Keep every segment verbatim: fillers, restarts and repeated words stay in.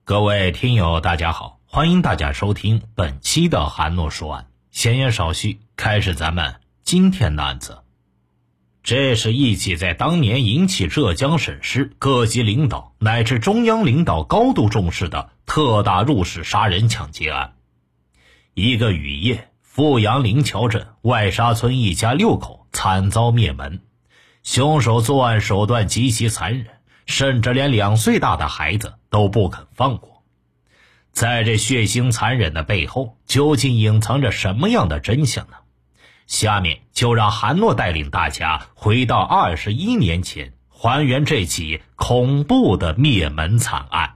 各位听友大家好，欢迎大家收听本期的韩诺说案。闲言少叙，开始咱们今天的案子。这是一起在当年引起浙江省市各级领导乃至中央领导高度重视的特大入室杀人抢劫案。一个雨夜，阜阳灵桥镇外沙村一家六口惨遭灭门，凶手作案手段极其残忍，甚至连两岁大的孩子都不肯放过。在这血腥残忍的背后，究竟隐藏着什么样的真相呢？下面就让韩诺带领大家回到二十一年前，还原这起恐怖的灭门惨案。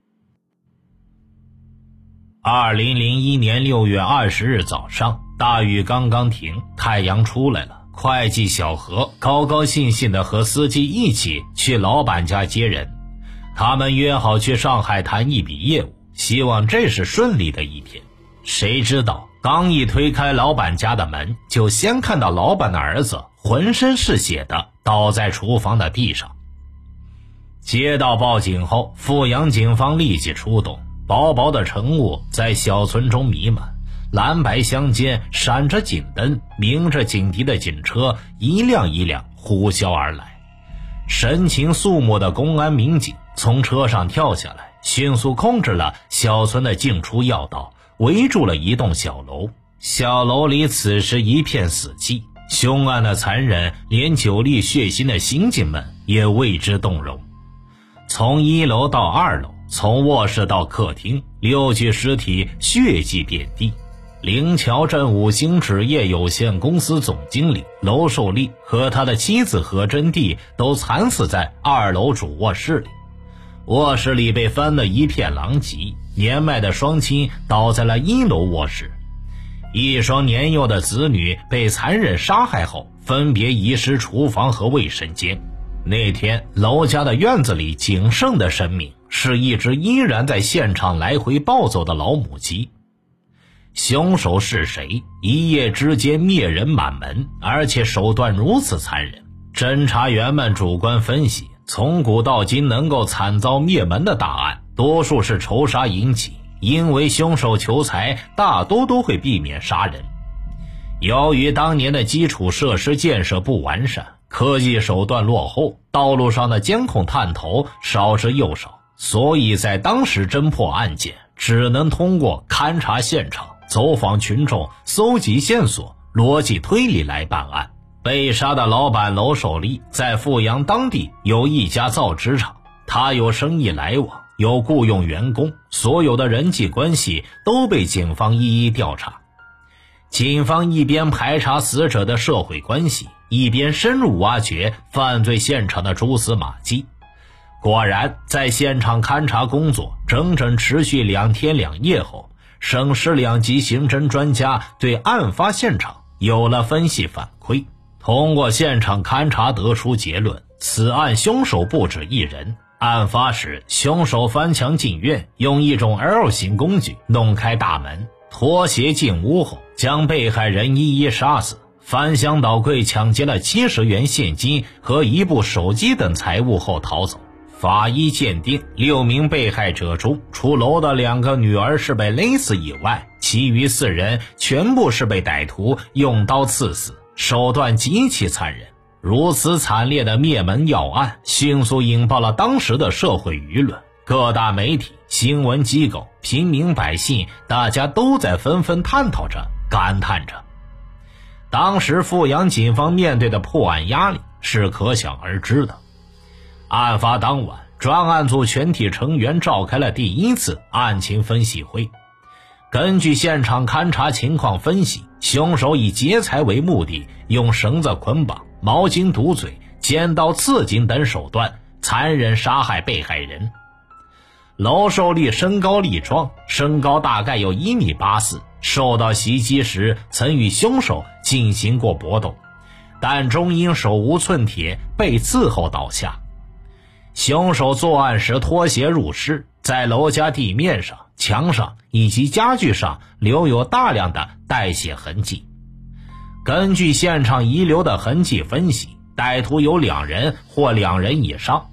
二零零一年六月二十日早上，大雨刚刚停，太阳出来了。会计小何高高兴兴地和司机一起去老板家接人，他们约好去上海谈一笔业务，希望这是顺利的一天。谁知道刚一推开老板家的门，就先看到老板的儿子浑身是血的倒在厨房的地上。接到报警后，阜阳警方立即出动，薄薄的晨雾在小村中弥漫，蓝白相间，闪着警灯，鸣着警笛的警车一辆一辆呼啸而来。神情肃穆的公安民警从车上跳下来，迅速控制了小村的进出要道，围住了一栋小楼。小楼里此时一片死寂，凶案的残忍连久历血腥的刑警们也为之动容。从一楼到二楼，从卧室到客厅，六具尸体血迹遍地。灵桥镇五星纸业有限公司总经理娄寿利和他的妻子何真娣都惨死在二楼主卧室里，卧室里被翻得一片狼藉，年迈的双亲倒在了一楼卧室，一双年幼的子女被残忍杀害后分别遗失厨房和卫生间。那天娄家的院子里仅剩的生命是一只依然在现场来回暴走的老母鸡。凶手是谁？一夜之间灭人满门，而且手段如此残忍。侦查员们主观分析，从古到今能够惨遭灭门的大案，多数是仇杀引起，因为凶手求财，大多都会避免杀人。由于当年的基础设施建设不完善，科技手段落后，道路上的监控探头少之又少，所以在当时侦破案件只能通过勘察现场、走访群众、搜集线索、逻辑推理来办案。被杀的老板娄守利在阜阳当地有一家造纸厂，他有生意来往，有雇佣员工，所有的人际关系都被警方一一调查。警方一边排查死者的社会关系，一边深入挖掘犯罪现场的蛛丝马迹。果然，在现场勘查工作整整持续两天两夜后，省市两级刑侦专家对案发现场有了分析反馈。通过现场勘查得出结论，此案凶手不止一人。案发时，凶手翻墙进院，用一种 L 型工具弄开大门，脱鞋进屋后将被害人一一杀死，翻箱倒柜抢劫了七十元现金和一部手机等财物后逃走。法医鉴定，六名被害者中，除娄的两个女儿是被勒死以外，其余四人全部是被歹徒用刀刺死，手段极其残忍。如此惨烈的灭门要案迅速引爆了当时的社会舆论，各大媒体、新闻机构、平民百姓，大家都在纷纷探讨着、感叹着。当时阜阳警方面对的破案压力是可想而知的。案发当晚，专案组全体成员召开了第一次案情分析会。根据现场勘查情况分析，凶手以劫财为目的，用绳子捆绑、毛巾堵嘴、尖刀刺颈等手段残忍杀害被害人。娄寿利身高力壮，身高大概有一米八四，受到袭击时曾与凶手进行过搏斗，但终因手无寸铁被刺后倒下。凶手作案时脱鞋入室，在娄家地面上、墙上以及家具上留有大量的带血痕迹。根据现场遗留的痕迹分析，歹徒有两人或两人以上，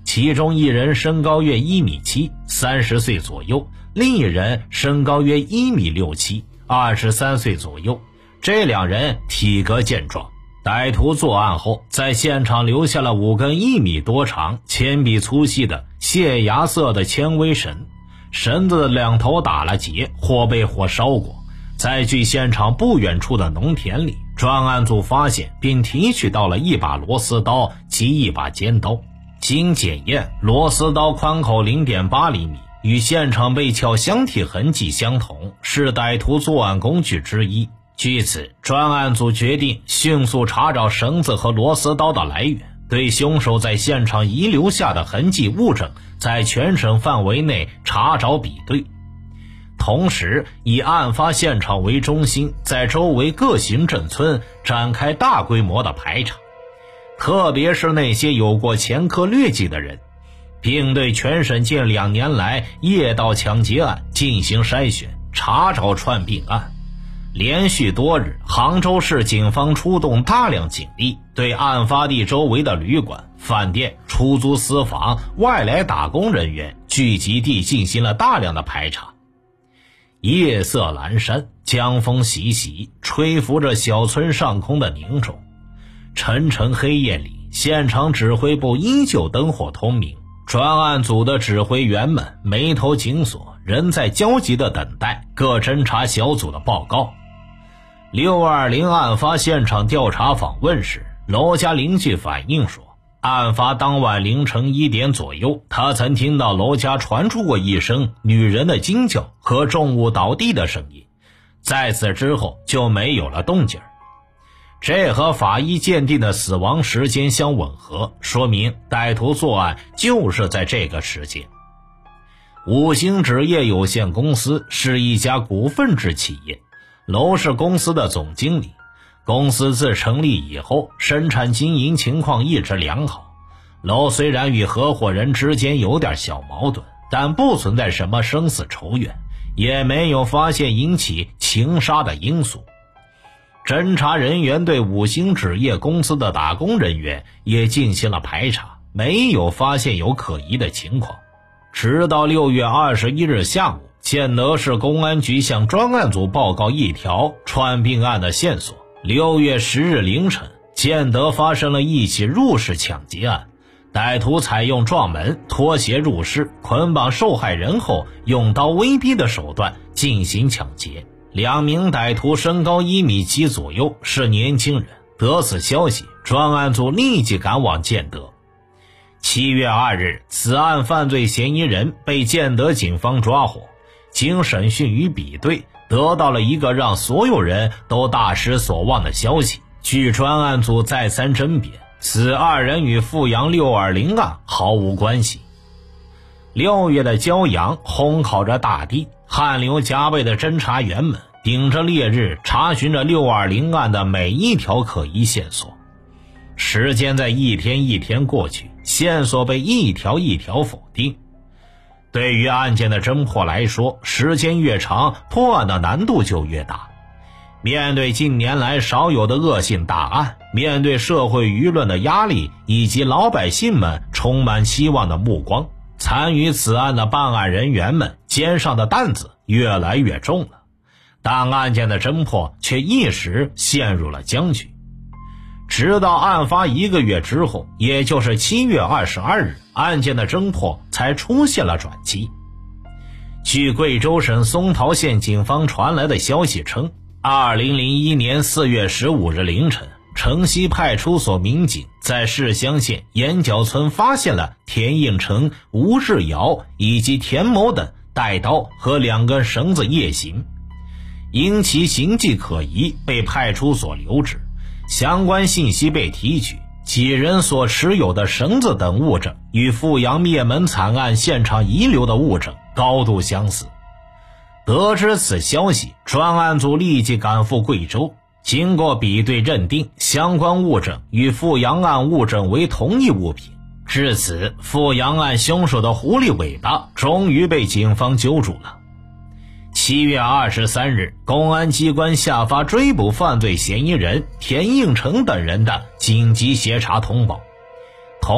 其中一人身高约一米七，三十岁左右，另一人身高约一米六七，二十三岁左右。这两人体格健壮。歹徒作案后，在现场留下了五根一米多长、铅笔粗细的蟹牙色的纤维绳，绳子的两头打了结，或被火烧过。在距现场不远处的农田里，专案组发现并提取到了一把螺丝刀及一把尖刀。经检验，螺丝刀宽口 零点八厘米，与现场被撬箱体痕迹相同，是歹徒作案工具之一。据此，专案组决定迅速查找绳子和螺丝刀的来源，对凶手在现场遗留下的痕迹物证在全省范围内查找比对，同时以案发现场为中心，在周围各行政村展开大规模的排查，特别是那些有过前科劣迹的人，并对全省近两年来夜盗抢劫案进行筛选，查找串并案。连续多日，杭州市警方出动大量警力，对案发地周围的旅馆、饭店、出租私房、外来打工人员聚集地进行了大量的排查。夜色阑珊，江风习习，吹拂着小村上空的凝重。沉沉黑夜里，现场指挥部依旧灯火通明，专案组的指挥员们眉头紧锁，仍在焦急地等待各侦查小组的报告。六二零案发现场调查访问时，娄家邻居反映说，案发当晚凌晨一点左右，他曾听到娄家传出过一声女人的惊叫和重物倒地的声音，在此之后就没有了动静。这和法医鉴定的死亡时间相吻合，说明歹徒作案就是在这个时间。五星纸业有限公司是一家股份制企业，娄是公司的总经理。公司自成立以后，生产经营情况一直良好。娄虽然与合伙人之间有点小矛盾，但不存在什么生死仇怨，也没有发现引起情杀的因素。侦查人员对五星纸业公司的打工人员也进行了排查，没有发现有可疑的情况。直到六月二十一日下午，建德市公安局向专案组报告一条串并案的线索。六月十日凌晨，建德发生了一起入室抢劫案，歹徒采用撞门、拖鞋入室，捆绑受害人后，用刀威逼的手段进行抢劫。两名歹徒身高一米七左右，是年轻人。得此消息，专案组立即赶往建德。七月二日，此案犯罪嫌疑人被建德警方抓获。经审讯与比对，得到了一个让所有人都大失所望的消息。据专案组再三甄别，此二人与阜阳六二零案毫无关系。六月的骄阳烘烤着大地，汗流浃背的侦查员们顶着烈日查询着六二零案的每一条可疑线索。时间在一天一天过去，线索被一条一条否定。对于案件的侦破来说，时间越长，破案的难度就越大。面对近年来少有的恶性大案，面对社会舆论的压力以及老百姓们充满期望的目光，参与此案的办案人员们肩上的担子越来越重了，但案件的侦破却一时陷入了僵局。直到案发一个月之后，也就是七月二十二日，案件的侦破才出现了转机。据贵州省松桃县警方传来的消息称，二零零一年四月十五日凌晨，城西派出所民警在市乡县岩角村发现了田应成、吴志尧以及田某等带刀和两根绳子夜行，因其形迹可疑，被派出所留置。相关信息被提取，几人所持有的绳子等物证与阜阳灭门惨案现场遗留的物证高度相似。得知此消息，专案组立即赶赴贵州，经过比对认定，相关物证与阜阳案物证为同一物品。至此，阜阳案凶手的狐狸尾巴终于被警方揪住了。七月二十三日，公安机关下发追捕犯罪嫌疑人田应成等人的紧急协查通报。同日，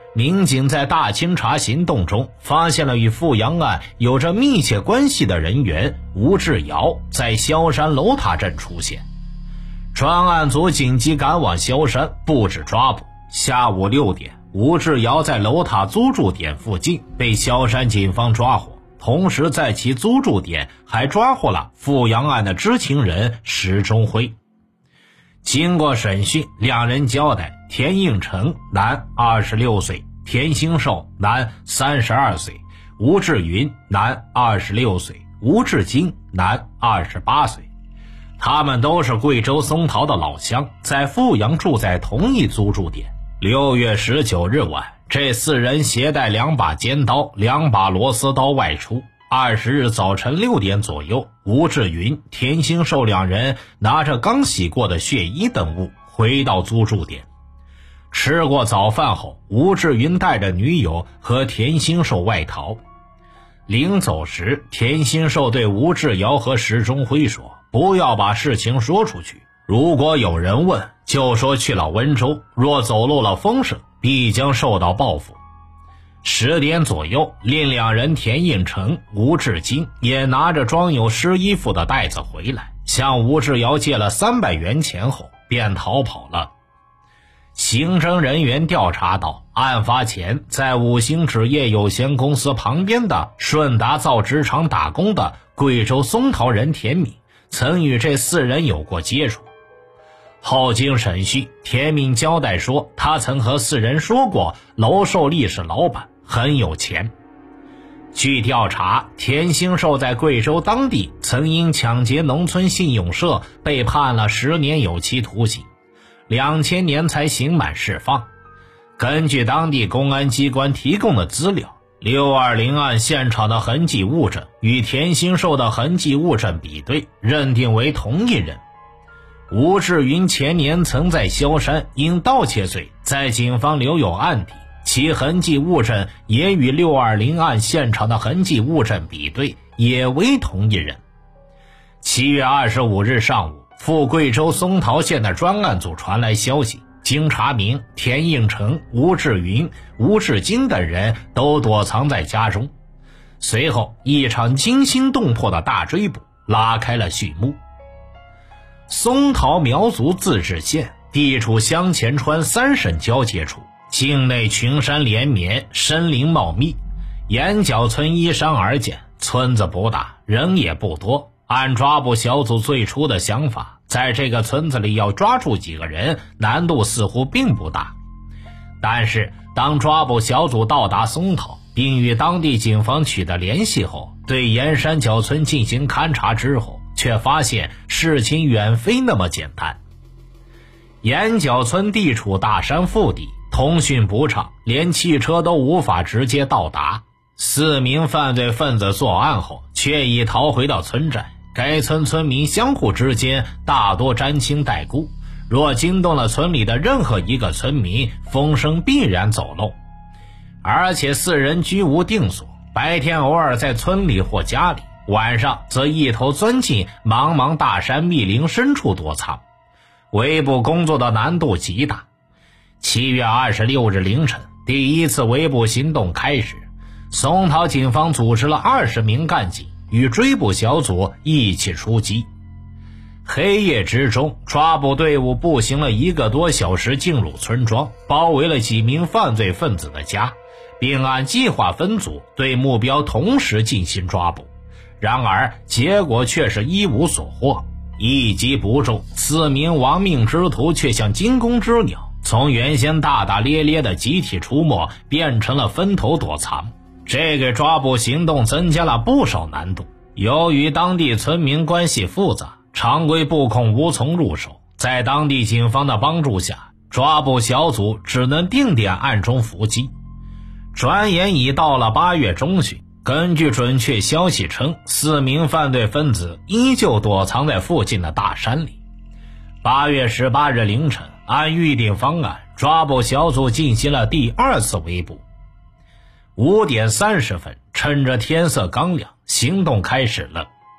民警在大清查行动中发现了与富阳案有着密切关系的人员吴志尧在萧山楼塔镇出现。专案组紧急赶往萧山布置抓捕。下午六点，吴志尧在楼塔租住点附近被萧山警方抓获，同时在其租住点还抓获了富阳案的知情人石中辉。经过审讯，两人交代，田应成男二十六岁，田兴寿男三十二岁，吴志云男二十六岁，吴志金男二十八岁。他们都是贵州松桃的老乡，在富阳住在同一租住点。六月十九日晚，这四人携带两把尖刀、两把螺丝刀外出。二十日早晨六点左右，吴志云、田兴寿两人拿着刚洗过的血衣等物回到租住点。吃过早饭后，吴志云带着女友和田兴寿外逃。临走时，田兴寿对吴志尧和石中辉说，不要把事情说出去，如果有人问，就说去了温州，若走漏了风声，必将受到报复。十点左右，另两人田应成、吴志金也拿着装有湿衣服的袋子回来，向吴志尧借了三百元钱后便逃跑了。刑侦人员调查到，案发前在五星纸业有限公司旁边的顺达造纸厂打工的贵州松桃人田敏曾与这四人有过接触。后经审讯，田敏交代说，他曾和四人说过娄寿利是老板，很有钱。据调查，田兴寿在贵州当地曾因抢劫农村信用社被判了十年有期徒刑，两千年才刑满释放。根据当地公安机关提供的资料，六二零案现场的痕迹物证与田兴寿的痕迹物证比对，认定为同一人。吴志云前年曾在萧山因盗窃罪在警方留有案底，其痕迹物证也与六二零案现场的痕迹物证比对，也为同一人。七月二十五日上午，赴贵州松桃县的专案组传来消息，经查明，田应成、吴志云、吴志金等人都躲藏在家中。随后，一场惊心动魄的大追捕拉开了序幕。松桃苗族自治县地处湘黔川三省交界处，境内群山连绵，森林茂密。眼角村依山而建，村子不大，人也不多。按抓捕小组最初的想法，在这个村子里要抓住几个人，难度似乎并不大。但是当抓捕小组到达松桃，并与当地警方取得联系后，对沿山脚村进行勘查之后，却发现事情远非那么简单。沿角村地处大山腹地，通讯不畅，连汽车都无法直接到达。四名犯罪分子作案后却已逃回到村寨，该村村民相互之间大多沾亲带故，若惊动了村里的任何一个村民，风声必然走漏。而且四人居无定所，白天偶尔在村里或家里，晚上则一头钻进茫茫大山密林深处躲藏，围捕工作的难度极大。七月二十六日凌晨，第一次围捕行动开始，松桃警方组织了二十名干警与追捕小组一起出击。黑夜之中，抓捕队伍步行了一个多小时进入村庄，包围了几名犯罪分子的家，并按计划分组对目标同时进行抓捕。然而结果却是一无所获，一击不中，四名亡命之徒却像惊弓之鸟，从原先大大咧咧的集体出没变成了分头躲藏，这给抓捕行动增加了不少难度。由于当地村民关系复杂，常规布控无从入手，在当地警方的帮助下，抓捕小组只能定点暗中伏击。转眼已到了八月中旬，根据准确消息称，四名犯罪分子依旧躲藏在附近的大山里。八月十八日凌晨，按预定方案，抓捕小组进行了第二次围捕。五点三十分，趁着天色刚亮，行动开始了。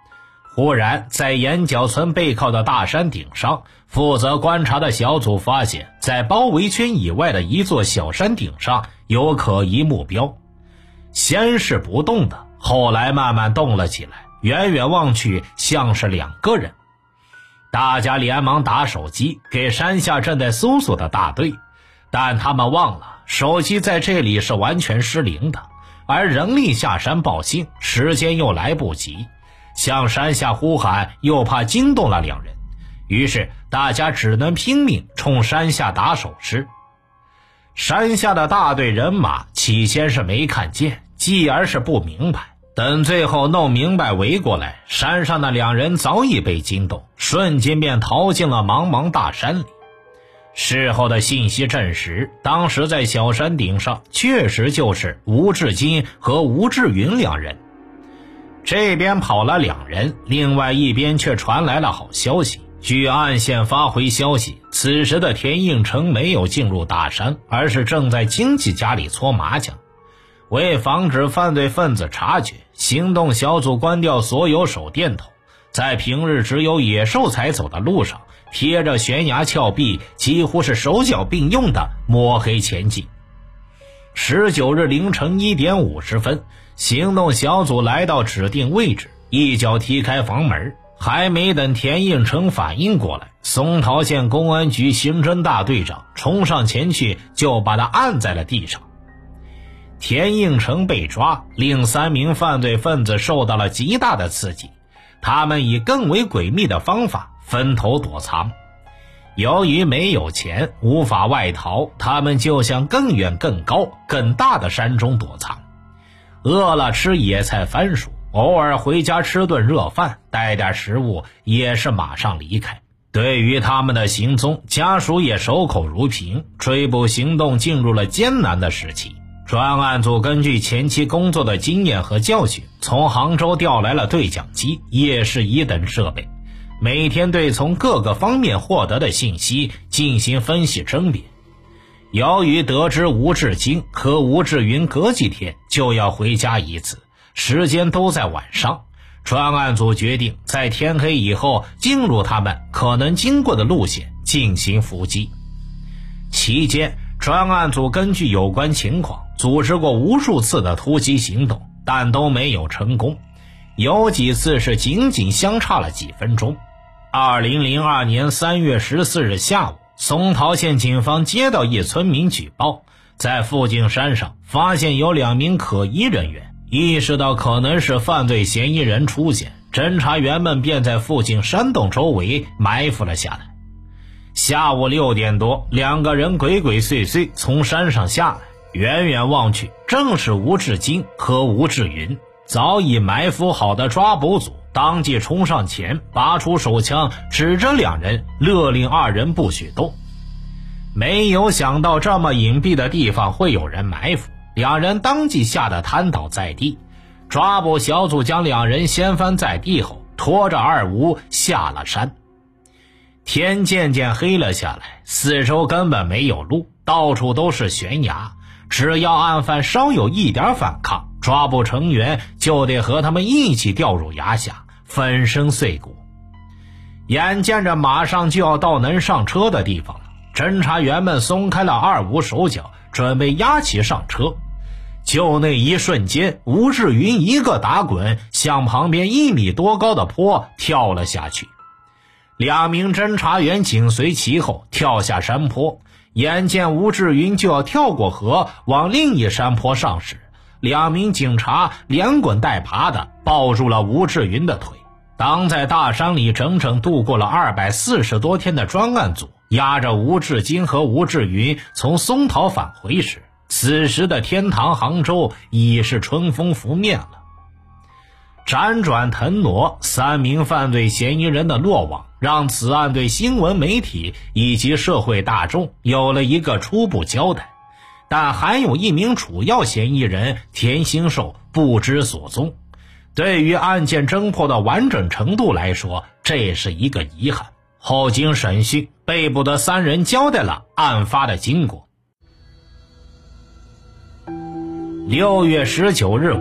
忽然在岩角村背靠的大山顶上，负责观察的小组发现，在包围圈以外的一座小山顶上有可疑目标。先是不动的，后来慢慢动了起来，远远望去像是两个人。大家连忙打手机给山下正在搜索的大队，但他们忘了手机在这里是完全失灵的，而人力下山报信时间又来不及，向山下呼喊又怕惊动了两人，于是大家只能拼命冲山下打手势。山下的大队人马起先是没看见，继而是不明白，等最后弄明白围过来，山上的两人早已被惊动，瞬间便逃进了茫茫大山里。事后的信息证实，当时在小山顶上确实就是吴志金和吴志云两人。这边跑了两人，另外一边却传来了好消息。据岸线发回消息，此时的田应成没有进入大山，而是正在亲戚家里搓麻将。为防止犯罪分子察觉，行动小组关掉所有手电筒，在平日只有野兽才走的路上贴着悬崖峭壁，几乎是手脚并用的摸黑前进。十九日凌晨一点五十分，行动小组来到指定位置，一脚踢开房门，还没等田应成反应过来，松桃县公安局刑侦大队长冲上前去就把他按在了地上。田应成被抓，另三名犯罪分子受到了极大的刺激，他们以更为诡秘的方法分头躲藏。由于没有钱，无法外逃，他们就向更远更高更大的山中躲藏，饿了吃野菜番薯，偶尔回家吃顿热饭，带点食物也是马上离开。对于他们的行踪，家属也守口如瓶，追捕行动进入了艰难的时期。专案组根据前期工作的经验和教训，从杭州调来了对讲机、夜视仪等设备，每天对从各个方面获得的信息进行分析甄别。由于得知吴志金和吴志云隔几天就要回家一次，时间都在晚上，专案组决定在天黑以后进入他们可能经过的路线进行伏击。期间，专案组根据有关情况组织过无数次的突击行动，但都没有成功，有几次是仅仅相差了几分钟。二零零二年三月十四日下午，松桃县警方接到一村民举报，在附近山上发现有两名可疑人员，意识到可能是犯罪嫌疑人出现，侦查员们便在附近山洞周围埋伏了下来。下午六点多，两个人鬼鬼祟祟从山上下来，远远望去正是吴志金和吴志云。早已埋伏好的抓捕组当即冲上前，拔出手枪指着两人，勒令二人不许动。没有想到这么隐蔽的地方会有人埋伏，两人当即吓得瘫倒在地。抓捕小组将两人掀翻在地后，拖着二吴下了山。天渐渐黑了下来，四周根本没有路，到处都是悬崖，只要案犯稍有一点反抗，抓捕成员就得和他们一起掉入崖下，粉身碎骨。眼见着马上就要到能上车的地方了，侦查员们松开了二吴手脚，准备押其上车。就那一瞬间，吴志云一个打滚，向旁边一米多高的坡跳了下去。两名侦查员紧随其后跳下山坡，眼见吴志云就要跳过河往另一山坡上时，两名警察连滚带爬的抱住了吴志云的腿。当在大山里整整度过了二百四十多天的专案组押着吴志金和吴志云从松桃返回时，此时的天堂杭州已是春风拂面了。辗转腾挪，三名犯罪嫌疑人的落网让此案对新闻媒体以及社会大众有了一个初步交代，但还有一名主要嫌疑人田兴寿不知所踪。对于案件侦破的完整程度来说，这是一个遗憾。后经审讯，被捕的三人交代了案发的经过。六月十九日晚，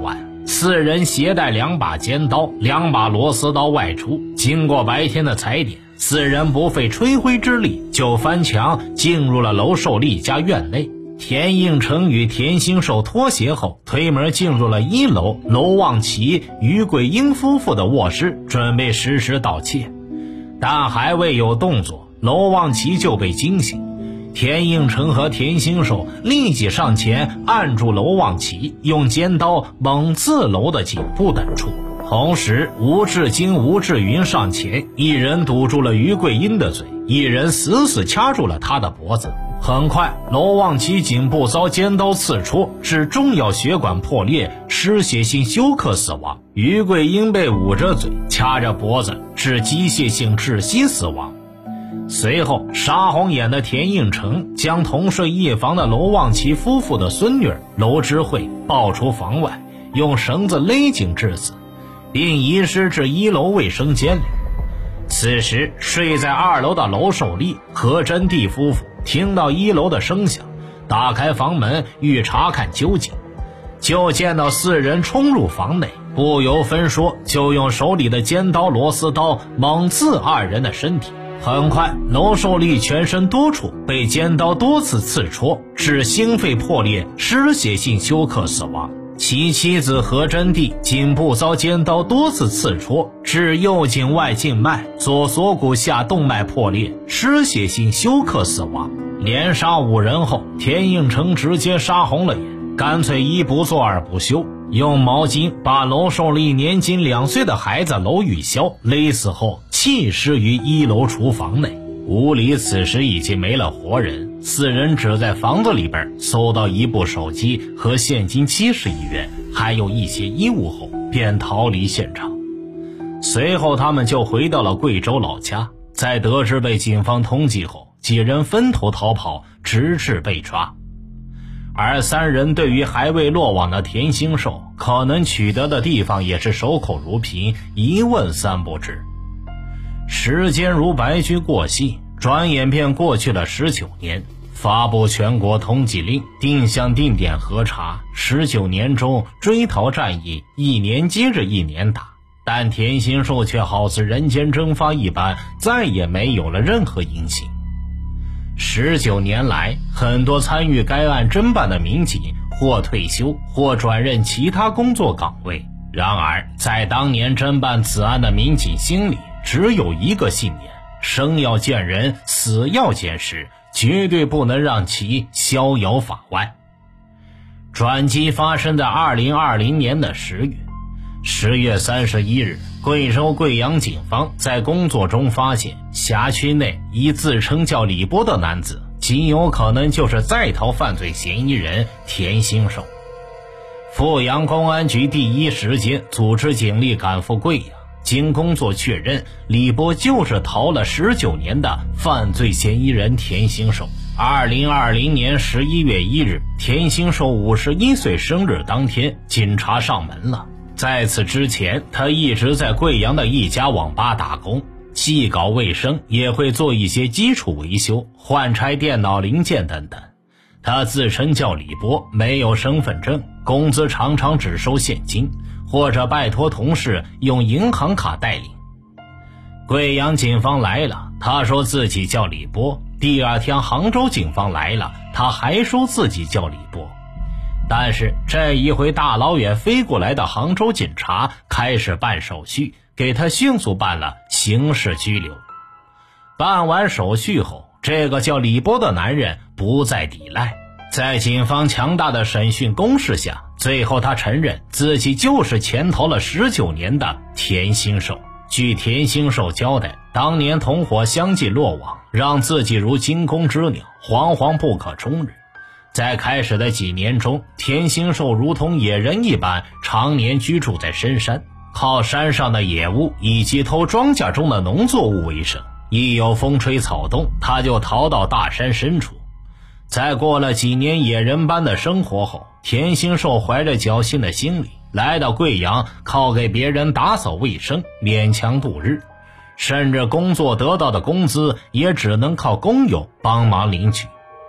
四人携带两把尖刀、两把螺丝刀外出，经过白天的踩点，四人不费吹灰之力就翻墙进入了娄寿立家院内。田应成与田兴寿脱鞋后，推门进入了一楼娄望其、于桂英夫妇的卧室，准备实施盗窃。但还未有动作，娄望其就被惊醒。田应成和田兴寿立即上前按住娄望其，用尖刀猛刺娄的颈部等处。同时，吴志金、吴志云上前，一人堵住了于桂英的嘴，一人死死掐住了她的脖子。很快，娄望其颈部遭尖刀刺戳，致重要血管破裂，失血性休克死亡。于桂英被捂着嘴，掐着脖子，致机械性窒息死亡。随后，杀红眼的田应成将同睡一房的娄望其夫妇的孙女娄知慧抱出房外，用绳子勒颈致死，并遗失至一楼卫生间里。此时，睡在二楼的娄寿立、何真娣夫妇听到一楼的声响，打开房门欲查看究竟，就见到四人冲入房内，不由分说就用手里的尖刀、螺丝刀猛刺二人的身体。很快，娄寿立全身多处被尖刀多次刺戳，致心肺破裂，失血性休克死亡。其妻子何真娣颈部遭尖刀多次刺戳，致右颈外静脉、左锁骨下动脉破裂，失血性休克死亡。连杀五人后，田应成直接杀红了眼，干脆一不做二不休，用毛巾把娄寿立年仅两岁的孩子娄雨潇勒死后弃尸于一楼厨房内。屋里此时已经没了活人，四人只在房子里边搜到一部手机和现金七十亿元，还有一些衣物后便逃离现场。随后他们就回到了贵州老家，在得知被警方通缉后，几人分头逃跑，直至被抓。而三人对于还未落网的田兴寿可能取得的地方也是守口如瓶，一问三不知。时间如白驹过隙，转眼便过去了十九年。发布全国通缉令，定向定点核查，十九年中追逃战役一年接着一年打，但田兴寿却好似人间蒸发一般，再也没有了任何音信。十九年来，很多参与该案侦办的民警或退休，或转任其他工作岗位。然而，在当年侦办此案的民警心里，只有一个信念：生要见人，死要见尸，绝对不能让其逍遥法外。转机发生在二零二零年的十月。十月三十一日，贵州贵阳警方在工作中发现，辖区内一自称叫李波的男子极有可能就是在逃犯罪嫌疑人田兴寿。阜阳公安局第一时间组织警力赶赴贵阳，经工作确认，李波就是逃了十九年的犯罪嫌疑人田兴寿。二零二零年十一月一日，田兴寿五十一岁生日当天，警察上门了。在此之前，他一直在贵阳的一家网吧打工，既搞卫生，也会做一些基础维修，换拆电脑零件等等。他自称叫李波，没有身份证，工资常常只收现金，或者拜托同事用银行卡代领。贵阳警方来了，他说自己叫李波。第二天杭州警方来了，他还说自己叫李波。但是这一回大老远飞过来的杭州警察开始办手续，给他迅速办了刑事拘留。办完手续后，这个叫李波的男人不再抵赖，在警方强大的审讯攻势下，最后他承认自己就是潜逃了十九年的田兴寿。据田兴寿交代，当年同伙相继落网，让自己如惊弓之鸟，惶惶不可终日。在开始的几年中，田兴寿如同野人一般，常年居住在深山，靠山上的野物以及偷庄稼中的农作物为生。一有风吹草动，他就逃到大山深处。在过了几年野人般的生活后，田兴寿怀着侥幸的心理来到贵阳，靠给别人打扫卫生勉强度日，甚至工作得到的工资也只能靠工友帮忙领取。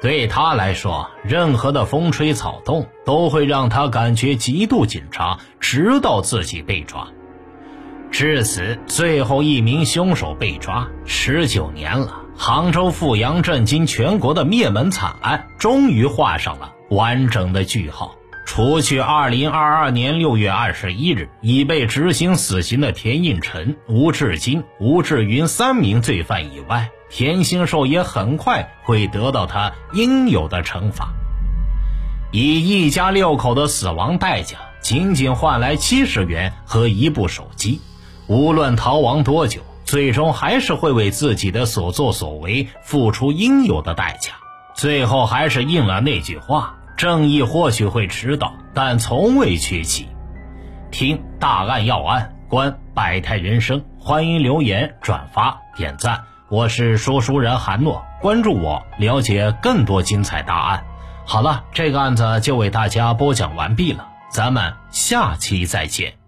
对他来说，任何的风吹草动都会让他感觉极度紧张，直到自己被抓。至此，最后一名凶手被抓，十九年了，杭州富阳震惊全国的灭门惨案终于画上了完整的句号。除去二零二二年六月二十一日已被执行死刑的田应辰、吴志金、吴志云三名罪犯以外，田兴寿也很快会得到他应有的惩罚。以一家六口的死亡代价，仅仅换来七十元和一部手机，无论逃亡多久，最终还是会为自己的所作所为付出应有的代价。最后还是应了那句话，正义或许会迟到，但从未缺席。听大案要案，观百态人生，欢迎留言、转发、点赞。我是说书人韩诺，关注我，了解更多精彩大案。好了，这个案子就为大家播讲完毕了，咱们下期再见。